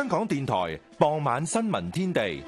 港電台傍晚新聞天地。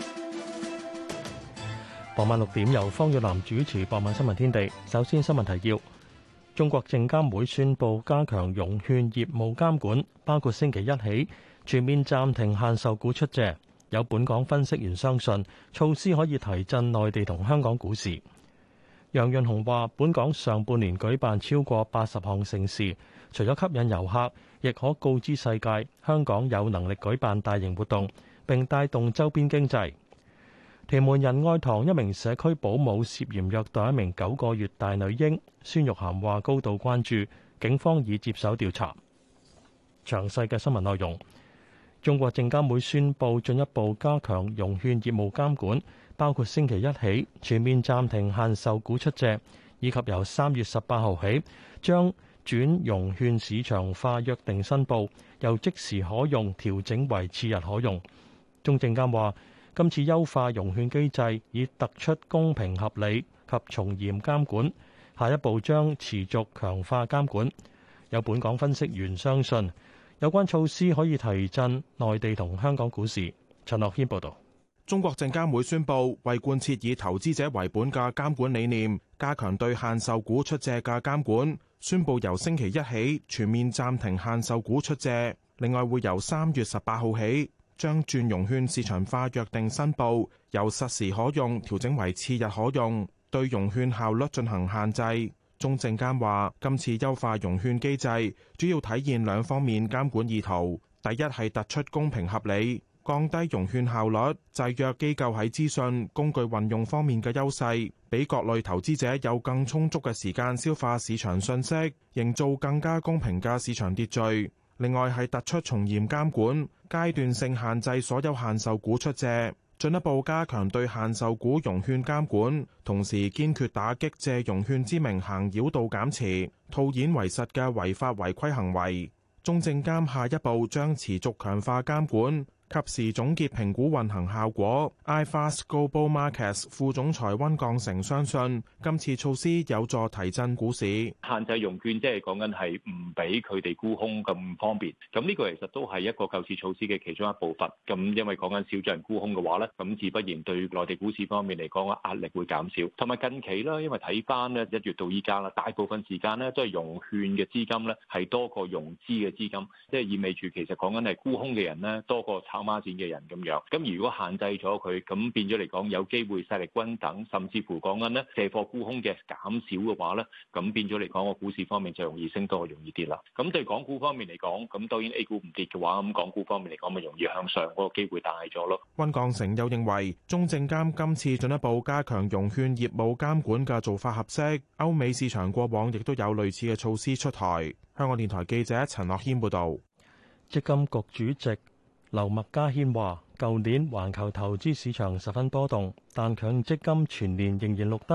傍晚6點由方遠南主持傍晚新聞天地。首先新聞提要：中國證監會宣布加強融券業務監管，包括星期一起全面暫停限售股出借。有本港分析員相信措施可以提振內地同香港股市。楊潤雄話：本港上半年舉辦超過80項盛事，除咗吸引遊客，亦可告知世界香港有能力舉辦大型活動，並帶動周邊經濟。屯門仁愛堂一名社區保姆涉嫌虐待一名9個月大女嬰，孫玉菡話高度關注，警方已接手調查。詳細嘅新聞內容，中國證監會宣布進一步加強融券業務監管，包括星期一起全面暫停限售股出借，以及由3月18號起將轉融券市場化約定申報由即時可用調整為次日可用。中證監話，今次優化融券機制，以突出公平合理及從嚴監管，下一步將持續強化監管。有本港分析員相信，有關措施可以提振內地同香港股市。陳樂軒報導。 中國證監會宣布，為貫徹以投資者為本嘅監管理念，加強對限售股出借嘅監管，宣布由星期一起全面暫停限售股出借。另外，會由3月18號起，將轉融券市場化約定申報由實時可用調整為次日可用，對融券效率進行限制。中證監話，今次優化融券機制，主要體現兩方面監管意圖。第一係突出公平合理，降低融券效率，制約機構喺資訊工具運用方面嘅優勢，俾各類投資者有更充足嘅時間消化市場信息，營造更加公平嘅市場秩序。另外係突出從嚴監管，階段性限制所有限售股出借，進一步加強對限售股融券監管，同時堅決打擊借融券之名行繞道減持、套現為實嘅違法違規行為。中證監下一步將持續強化監管，及時總結評估運行效果。iFAST Global Markets 副總裁温鋼成相信，今次措施有助提振股市。 限制融券即係講緊係唔俾佢哋沽空咁方便，咁呢個其實都係一個救市措施嘅其中一部分。咁因為講緊少咗人沽空嘅話咧，咁自不然對內地股市方面嚟講嘅壓力會減少。同埋近期啦，因為睇翻咧1月到依家啦，大部分時間咧都係融券嘅資金咧係多過融資嘅資金，即係意味住其實講緊係沽空嘅人咧多過炒孖展嘅人咁樣，咁如果限制咗佢，咁變咗嚟講有機會勢力均等，甚至乎講緊咧借貨沽空嘅減少嘅話咧，咁變咗嚟講個股市方面就容易升多過容易跌啦。咁對港股方面嚟講，咁當然 A 股唔跌嘅話，咁港股方面嚟講咪容易向上嗰個機會大咗咯。 温鋼成又認為，中證監今次進一步加強融券業務監管嘅做法合適，歐美市場過往亦都有類似嘅措施出台。香港電台記者陳樂軒報導。 積金局主席劉麥嘉軒話：舊年環球投資市場十分波動，但強積金全年仍然錄得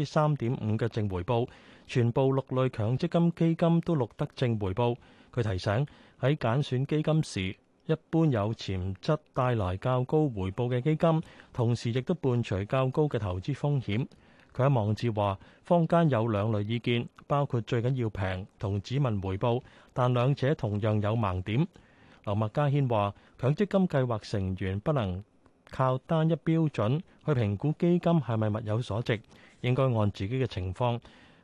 3.5%嘅正回報，全部6類強積金基金都錄得正回報。佢提醒喺揀選基金時，一般有潛質帶來較高回報嘅基金，同時亦都伴隨較高嘅投資風險。佢喺網誌話：坊間有兩類意見，包括最緊要平同只問回報，但兩者同樣有盲點。劉麥嘉軒話：強積金計劃成員不能靠單一標準去評估基金係咪物有所值，應該按自己嘅情況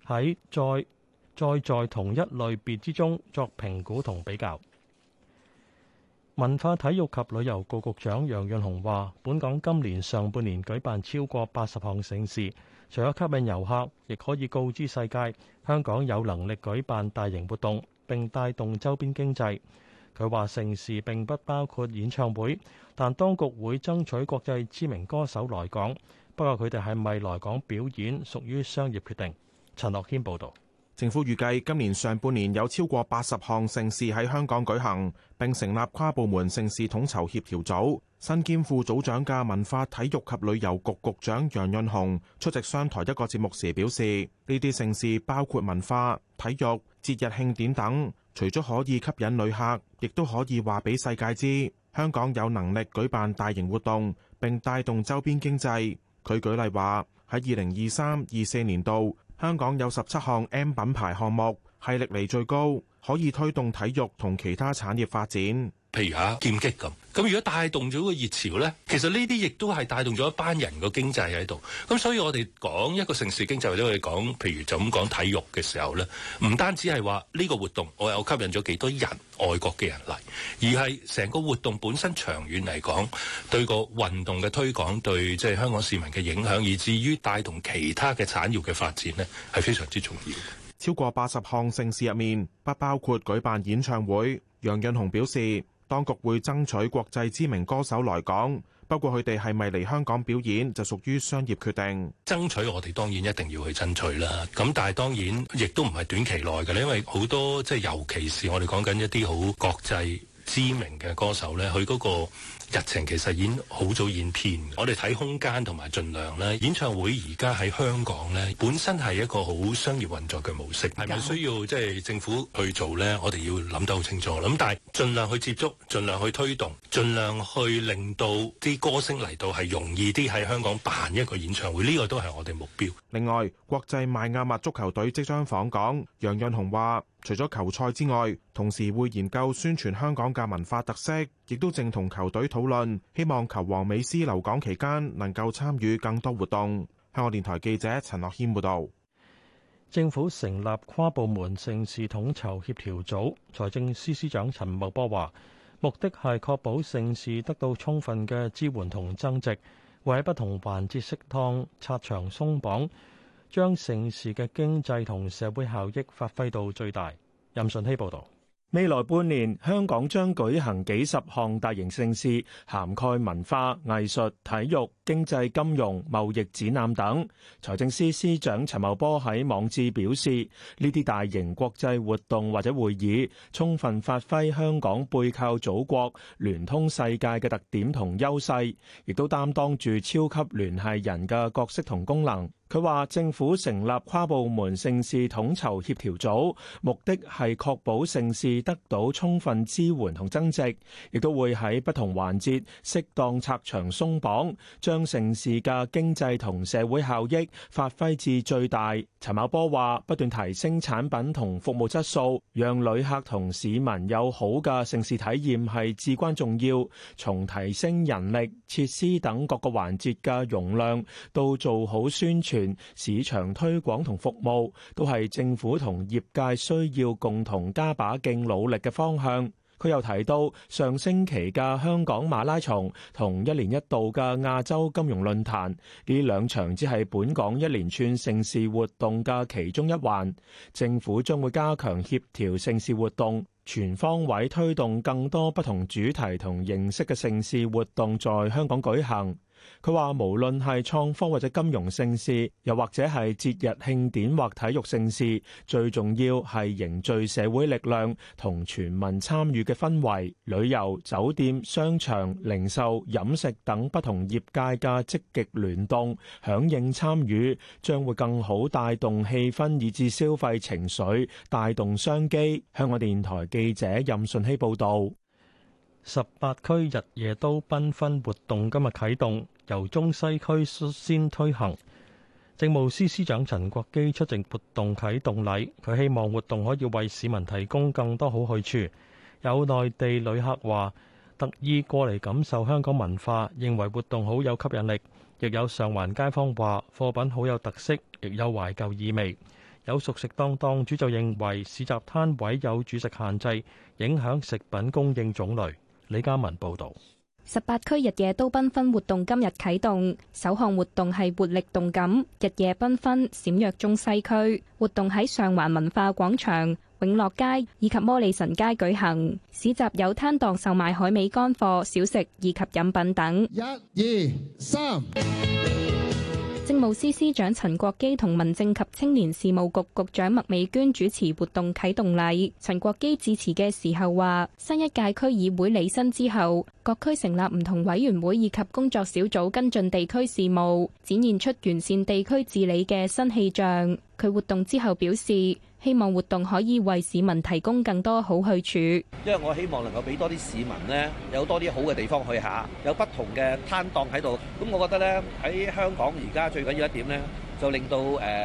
在同一類別之中作評估同比較。文化體育及旅遊局局長楊潤雄話：本港今年上半年舉辦超過80項盛事，除咗吸引遊客，亦可以告知世界香港有能力舉辦大型活動，並帶動周邊經濟。佢話盛事並不包括演唱會，但當局會爭取國際知名歌手來港，不過佢哋係咪來港表演屬於商業決定。陳樂軒報導。 政府預計今年上半年有超過80項盛事喺香港舉行，並成立跨部門盛事統籌協調組。身兼副組長嘅文化體育及旅遊局局長楊潤雄出席商台一個節目時表示，呢啲盛事包括文化、體育、節日慶典等，除咗可以吸引旅客，亦都可以話俾世界知香港有能力舉辦大型活動，並帶動周邊經濟。佢舉例話，喺2023-24年度，香港有17項 M 品牌項目，係歷嚟最高，可以推動體育同其他產業發展。 譬如劍擊咁。咁如果帶動咗個熱潮咧，其實呢啲亦都係帶動咗一班人個經濟喺度。咁所以我哋講一個城市經濟，或者我哋講譬如就咁講體育嘅時候咧，唔單止係話呢個活動我有吸引咗幾多人外國嘅人嚟，而係成個活動本身長遠嚟講對個運動嘅推廣，對即係香港市民嘅影響，以至於帶動其他嘅產業嘅發展呢，係非常之重要。 超過80項盛事入面，不包括舉辦演唱會。楊潤雄表示，當局會爭取國際知名歌手來港，不過佢哋係咪嚟香港表演就屬於商業決定。 爭取我哋當然一定要去爭取啦。咁但係當然亦都唔係短期內嘅，因為好多即係尤其是我哋講緊一啲好國際知名嘅歌手咧，佢嗰個日程其實已經好早演編。我哋睇空間同埋盡量咧，演唱會而家喺香港咧，本身係一個好商業運作嘅模式，係咪需要即係政府去做咧？我哋要諗得好清楚。咁但係盡量去接觸，盡量去推動，盡量去令到啲歌星嚟到係容易啲喺香港辦一個演唱會，呢個都係我哋目標。 另外，國際邁亞密足球隊即將訪港，楊潤雄話，除咗球賽之外，同時會研究宣傳香港嘅文化特色，亦都正同球隊討論，希望球王美斯留港期間能夠參與更多活動。香港電台記者陳樂軒報導。 政府成立跨部門盛事統籌協調組，財政司司長陳茂波話，目的係確保盛事得到充分嘅支援同增值，會喺不同環節適當拆牆鬆綁，將盛事嘅經濟同社會效益發揮到最大。任順希報導。 未來半年，香港將舉行幾十項大型盛事，涵蓋文化、藝術、體育、經濟、金融、貿易展覽等。財政司司長陳茂波喺網誌表示，呢啲大型國際活動或者會議，充分發揮香港背靠祖國、聯通世界嘅特點同優勢，亦都擔當住超級聯繫人嘅角色同功能。佢話政府成立跨部門盛事統籌協調組，目的係確保盛事得到充分支援同增值，亦都會喺不同環節適當拆牆鬆綁，將盛事嘅經濟同社會效益發揮至最大。陳茂波話不斷提升產品同服務質素，讓旅客同市民有好嘅盛事體驗係至關重要。從提升人力、設施等各個環節嘅容量，到做好宣傳、市場推廣同服務，都係政府同業界需要共同加把勁努力嘅方向。佢又提到上星期嘅香港馬拉松同一年一度嘅亞洲金融論壇，呢兩場只係本港一連串盛事活動嘅其中一環。政府將會加強協調盛事活動，全方位推動更多不同主題同形式嘅盛事活動在香港舉行。佢話無論係創科或者金融盛事，又或者係節日慶典或體育盛事，最重要係凝聚社會力量同全民參與嘅氛圍。旅遊、酒店、商場、零售、飲食等不同業界嘅積極聯動、響應參與，將會更好帶動氣氛以至消費情緒，帶動商機。香港電台記者任順希報導。 18區日夜都繽紛活動今日啟動，由中西區率先推行。政務司司長陳國基出席活動啟動禮，佢希望活動可以為市民提供更多好去處。有內地旅客話特意過嚟感受香港文化，認為活動好有吸引力。亦有上環街坊話貨品好有特色，亦有懷舊意味。有熟食檔主就認為市集攤位有煮食限制，影響食品供應種類。李嘉文報導。 18區日夜都繽紛活動今日啟動，首項活動係活力動感，日夜繽紛閃躍中西區。活動喺上環文化廣場、永樂街以及摩利臣街舉行。市集有攤檔售賣海味乾貨、小食以及飲品等。1、2、3。政務司司長陳國基同民政及青年事務局局長麥美娟主持活動啟動禮。陳國基致辭嘅時候話，新一屆區議會履新之後，各區成立唔同委員會以及工作小組跟進地區事務，展現出完善地區治理嘅新氣象。佢活動之後表示，希望活動可以為市民提供更多好去處。 因為我希望能夠俾多啲市民呢，有多啲好嘅地方去下，有不同嘅攤檔喺度。咁我覺得呢，喺香港而家最緊要一點呢，就令到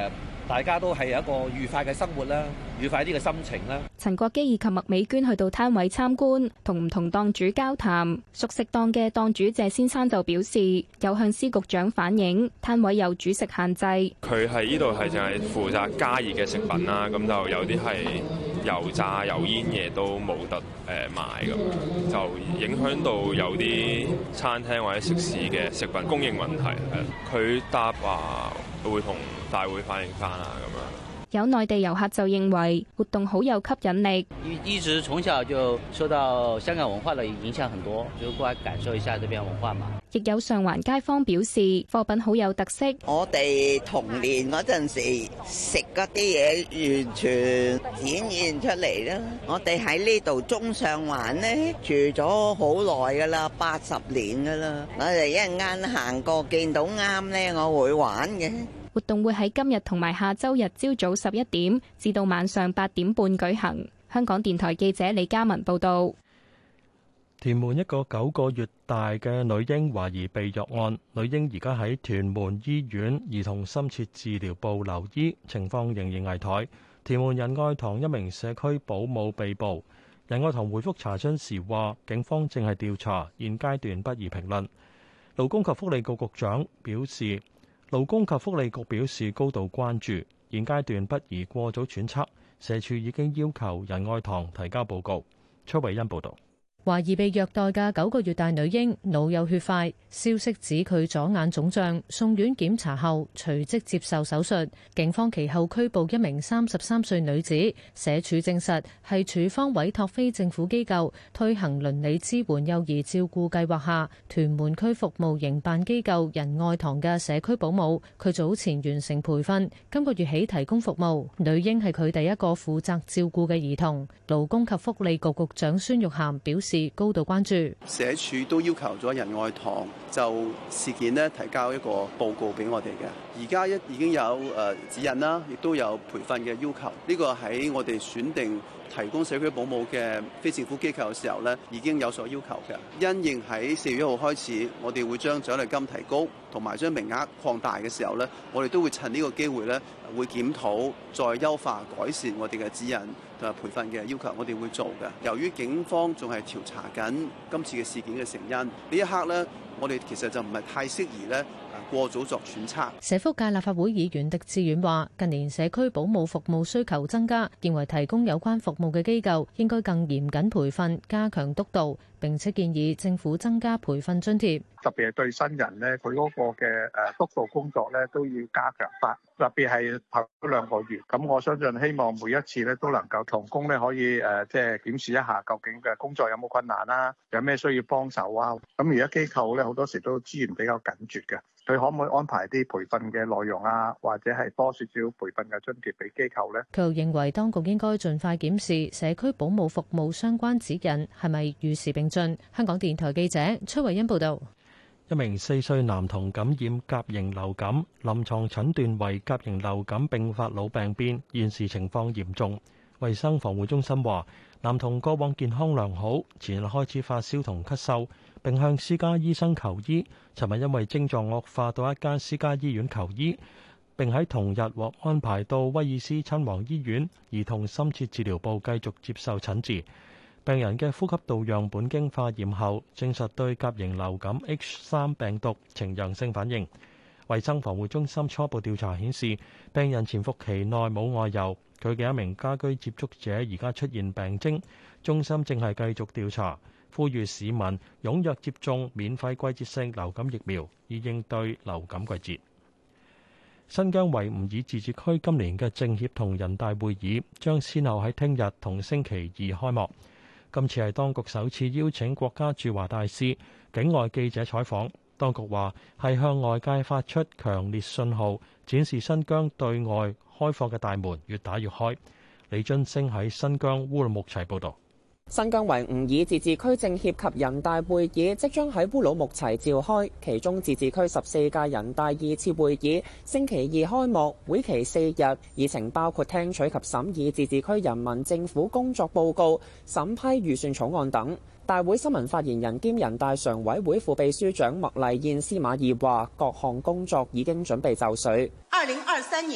大家都係有一個愉快嘅生活啦，愉快啲嘅心情啦。 陳國基以及麥美娟去到攤位參觀，同唔同檔主交談。熟食檔嘅檔主謝先生就表示，有向司局長反映攤位有煮食限制。 佢係呢度係淨係負責加熱嘅食品啦，咁就有啲係油炸油煙嘢都冇得賣咁，就影響到有啲餐廳或者食肆嘅食品供應問題。佢答話會同大會反映翻啊咁樣。 有內地遊客就認為活動好有吸引力， 一直從小就受到香港文化的影響很多，就過來感受一下這邊文化嘛。 亦有上環街坊表示貨品好有特色。 我哋童年嗰陣時食嗰啲嘢完全展現出嚟啦。我哋喺呢度中上環呢住咗好耐噶啦，80年噶啦。我哋一陣間行過見到啱呢，我會玩嘅。 活動會喺今日同埋下週日朝早11點至到晚上8點半舉行。香港電台記者李嘉文報道。 屯門一個9個月大嘅女嬰懷疑被虐案，女嬰而家喺屯門醫院兒童深切治療部留醫，情況仍然危殆。屯門仁愛堂一名社區保姆被捕。仁愛堂回覆查詢時話，警方正係調查，現階段不宜評論。勞工及福利局局長表示，勞工及福利局表示高度關注，現階段不宜過早揣測，社署已經要求仁愛堂提交報告。崔慧欣報導。 懷疑被虐待嘅9個月大女嬰腦有血塊，消息指佢左眼腫脹，送院檢查後隨即接受手術。警方其後拘捕一名33歲女子，社署證實係署方委託非政府機構推行鄰里支援幼兒照顧計劃下屯門區服務營辦機構仁愛堂嘅社區保姆。佢早前完成培訓，今個月起提供服務。女嬰係佢第一個負責照顧嘅兒童。勞工及福利局局長孫玉菡表示高度關注， 社署都要求咗仁愛堂就事件呢提交一個報告俾我哋嘅。而家已經有指引啦，亦都有培訓嘅要求。呢個喺我哋選定提供社區保姆嘅非政府機構嘅時候呢，已經有所要求嘅。因應喺4月1號開始，我哋會將獎勵金提高，同埋將名額擴大嘅時候呢，我哋都會趁呢個機會呢，會檢討再優化改善我哋嘅指引同埋培訓嘅要求，我哋會做嘅。由於警方仲係調查緊今次嘅事件嘅成因，呢一刻呢，我哋其實就唔係太適宜呢過早作揣測。 社福界立法會議員狄志遠話：近年社區保姆服務需求增加，認為提供有關服務嘅機構應該更嚴謹培訓，加強督導。並且建議政府增加培訓津貼， 特別係對新人咧，佢嗰個嘅督導工作咧都要加強翻。特別係頭2個月，咁我相信希望每一次咧都能夠同工咧可以即係檢視一下究竟嘅工作有冇困難啦，有咩需要幫手啊。咁而家機構咧好多時都資源比較緊絀嘅，佢可唔可以安排啲培訓嘅內容啊，或者係多少少培訓嘅津貼俾機構呢？ 佢又認為當局應該盡快檢視社區保姆服務相關指引係咪與時並進。香港電台記者崔慧欣報道。 一名4歲男童感染甲型流感，臨床診斷為甲型流感併發腦病變，現時情況嚴重。衛生防護中心話，男童過往健康良好，前日開始發燒同咳嗽，並向私家醫生求醫。尋日因為症狀惡化到一間私家醫院求醫，並喺同日獲安排到威爾斯親王醫院兒童深切治療部繼續接受診治。病人嘅呼吸道樣本經化驗後，證實對甲型流感 H3 病毒呈陽性反應。衛生防護中心初步調查顯示，病人潛伏期內冇外遊，佢嘅一名家居接觸者而家出現病徵。中心正係繼續調查，呼籲市民踴躍接種免費季節性流感疫苗，以應對流感季節。新疆維吾爾自治區今年嘅政協同人大會議將先後喺聽日同星期二開幕。今次係當局首次邀請國家駐華大使、境外記者採訪。當局話係向外界發出強烈信號，展示新疆對外開放嘅大門越打越開。李津升喺新疆烏魯木齊報導。 新疆維吾爾自治區政協及人大會議即將喺烏魯木齊召開，其中自治區14屆人大2次會議星期二開幕，會期4日，議程包括聽取及審議自治區人民政府工作報告、審批預算草案等。大會新聞發言人兼人大常委會副秘書長麥麗燕司馬懿話：各項工作已經準備就緒。 2023年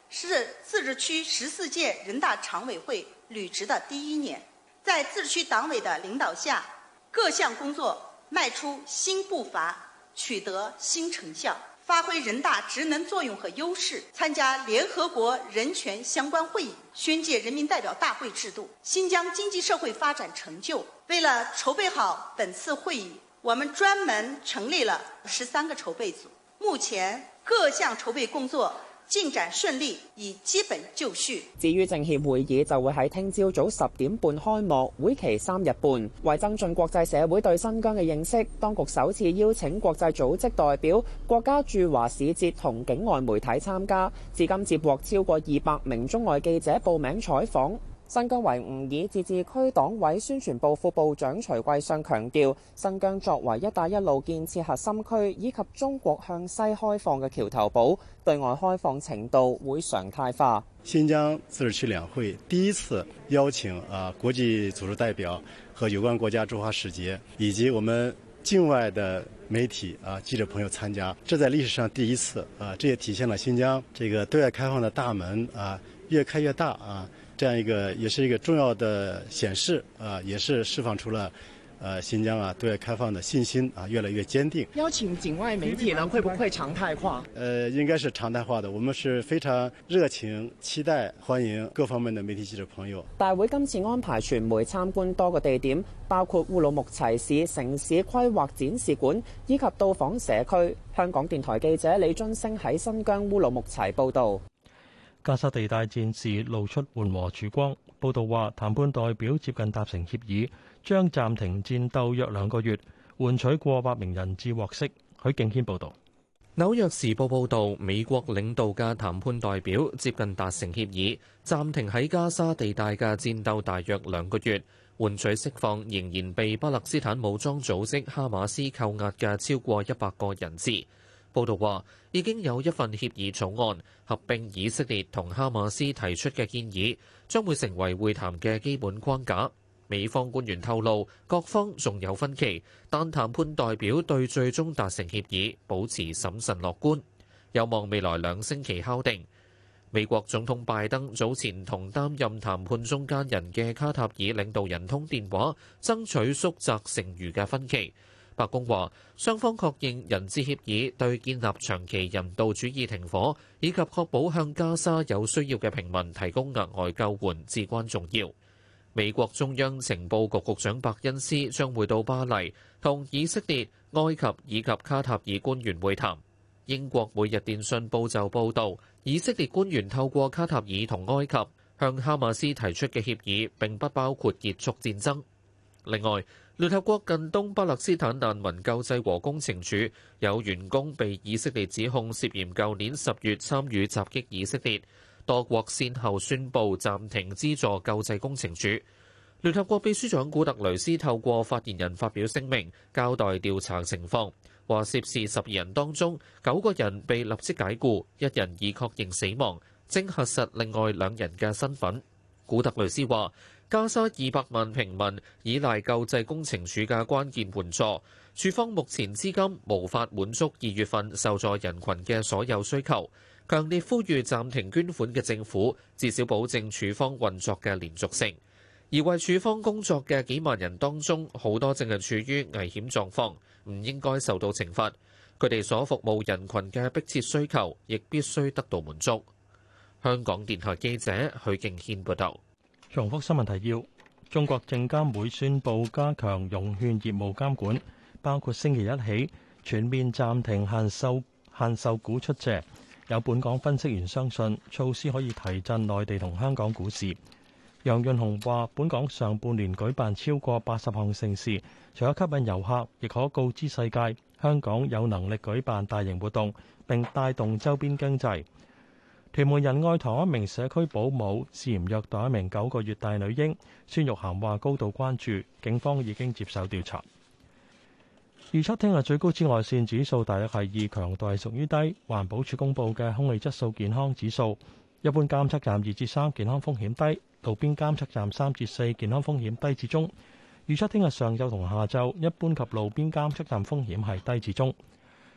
是自治区14届人大常委会履职的第1年，在自治区党委的领导下，各项工作迈出新步伐，取得新成效，发挥人大职能作用和优势，参加联合国人权相关会议，宣介人民代表大会制度，新疆经济社会发展成就。为了筹备好本次会议，我们专門成立了13個籌備組，目前各項籌備工作進展順利，已基本就緒。 至於政協會議就會喺聽朝早10點半開幕，會期3日半。為增進國際社會對新疆嘅認識，當局首次邀請國際組織代表、國家駐華使節同境外媒體參加，至今接獲超過200名中外記者報名採訪。新疆維吾爾自治區黨委宣傳部副部長徐貴相強調，新疆作為一帶一路建設核心區以及中國向西開放嘅橋頭堡，對外開放程度會常態化。 新疆自治區兩會第一次邀請國際組織代表和有關國家駐華使節以及我們境外的媒體記者朋友參加，這在歷史上第一次這也體現了新疆這個對外開放的大門越開越大這樣一個也是一個重要的顯示也是釋放出了新疆對外開放的信心越來越堅定。 邀請境外媒體呢，會不會常態化？ 應該是常態化的。我們是非常熱情期待歡迎各方面的媒體記者朋友。 大會今次安排傳媒參觀多個地點，包括烏魯木齊市城市規劃展示館以及到訪社區。香港電台記者李津升喺新疆烏魯木齊報導。 加沙地帶戰事露出緩和曙光。報道話，談判代表接近達成協議，將暫停戰鬥約2個月，換取過百名人質獲釋。許敬軒報導。 紐約時報報導，美國領導嘅談判代表接近達成協議，暫停喺加沙地帶嘅戰鬥大約2個月，換取釋放仍然被巴勒斯坦武裝組織哈馬斯扣押嘅超過100個人質。報道話，已經有一份協議草案，合併以色列同哈馬斯提出嘅建議，將會成為會談嘅基本框架。美方官員透露，各方仲有分歧，但談判代表對最終達成協議保持審慎樂觀，有望未來2星期敲定。美國總統拜登早前同擔任談判中間人嘅卡塔爾領導人通電話，爭取縮窄剩餘嘅分歧。白宮話，雙方確認人質協議對建立長期人道主義停火，以及確保向加沙有需要嘅平民提供額外救援至關重要。美國中央情報局局長伯恩斯將會到巴黎，同以色列、埃及以及卡塔爾官員會談。英國每日電訊報就報導，以色列官員透過卡塔爾同埃及向哈馬斯提出嘅協議並不包括結束戰爭。另外，聯合國近東巴勒斯坦難民救濟和工程處有員工被以色列指控涉嫌舊年10月參與襲擊以色列，多國先後宣布暫停資助救濟工程處。聯合國秘書長古特雷斯透過發言人發表聲明，交代調查情況，話涉事12人當中9個人被立即解雇，1人已確認死亡，正核實另外2人嘅身份。古特雷斯話，加沙200萬平民依賴救濟工程處嘅關鍵援助，處方目前資金無法滿足2月份受助人群嘅所有需求，強烈呼籲暫停捐款嘅政府至少保證處方運作嘅連續性。而為處方工作嘅幾萬人當中，好多正係處於危險狀況，唔應該受到懲罰。佢哋所服務人群嘅迫切需求，亦必須得到滿足。香港電台記者許敬軒報導。 重複新聞提要：中國證監會宣布加強融券業務監管，包括星期一起全面暫停限售股出借。有本港分析員相信措施可以提振內地同香港股市。楊潤雄話：本港上半年舉辦超過80項盛事，除咗吸引遊客，亦可告知世界香港有能力舉辦大型活動，並帶動周邊經濟。屯門仁愛堂一名社區保姆涉嫌虐待一名9個月大女嬰，孫玉菡話高度關注，警方已經接手調查。預測聽日最高紫外線指數大約係2，強度係屬於低。環保署公布嘅空氣質素健康指數，一般監測站2至3，健康風險低；路邊監測站3至4，健康風險低至中。預測聽日上晝同下晝，一般及路邊監測站風險係低至中。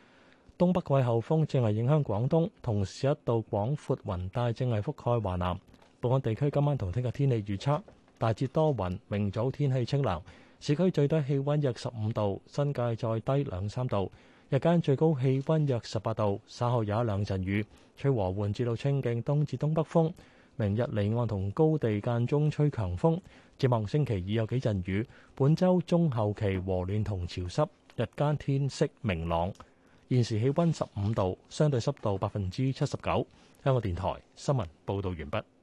東北季候風正係影響廣東，同時一道廣闊雲帶正係覆蓋華南。本港地區今晚同聽日天氣預測大致多雲，明早天氣清涼，市區最低氣温約15度，新界再低2-3度。日間最高氣温約18度，稍後有一兩陣雨，吹和緩至到清勁東至東北風。明日離岸同高地間中吹強風，展望星期二有幾陣雨。本週中後期和暖同潮濕，日間天色明朗。現時氣温15度，相對濕度79%。香港電台新聞報導完畢。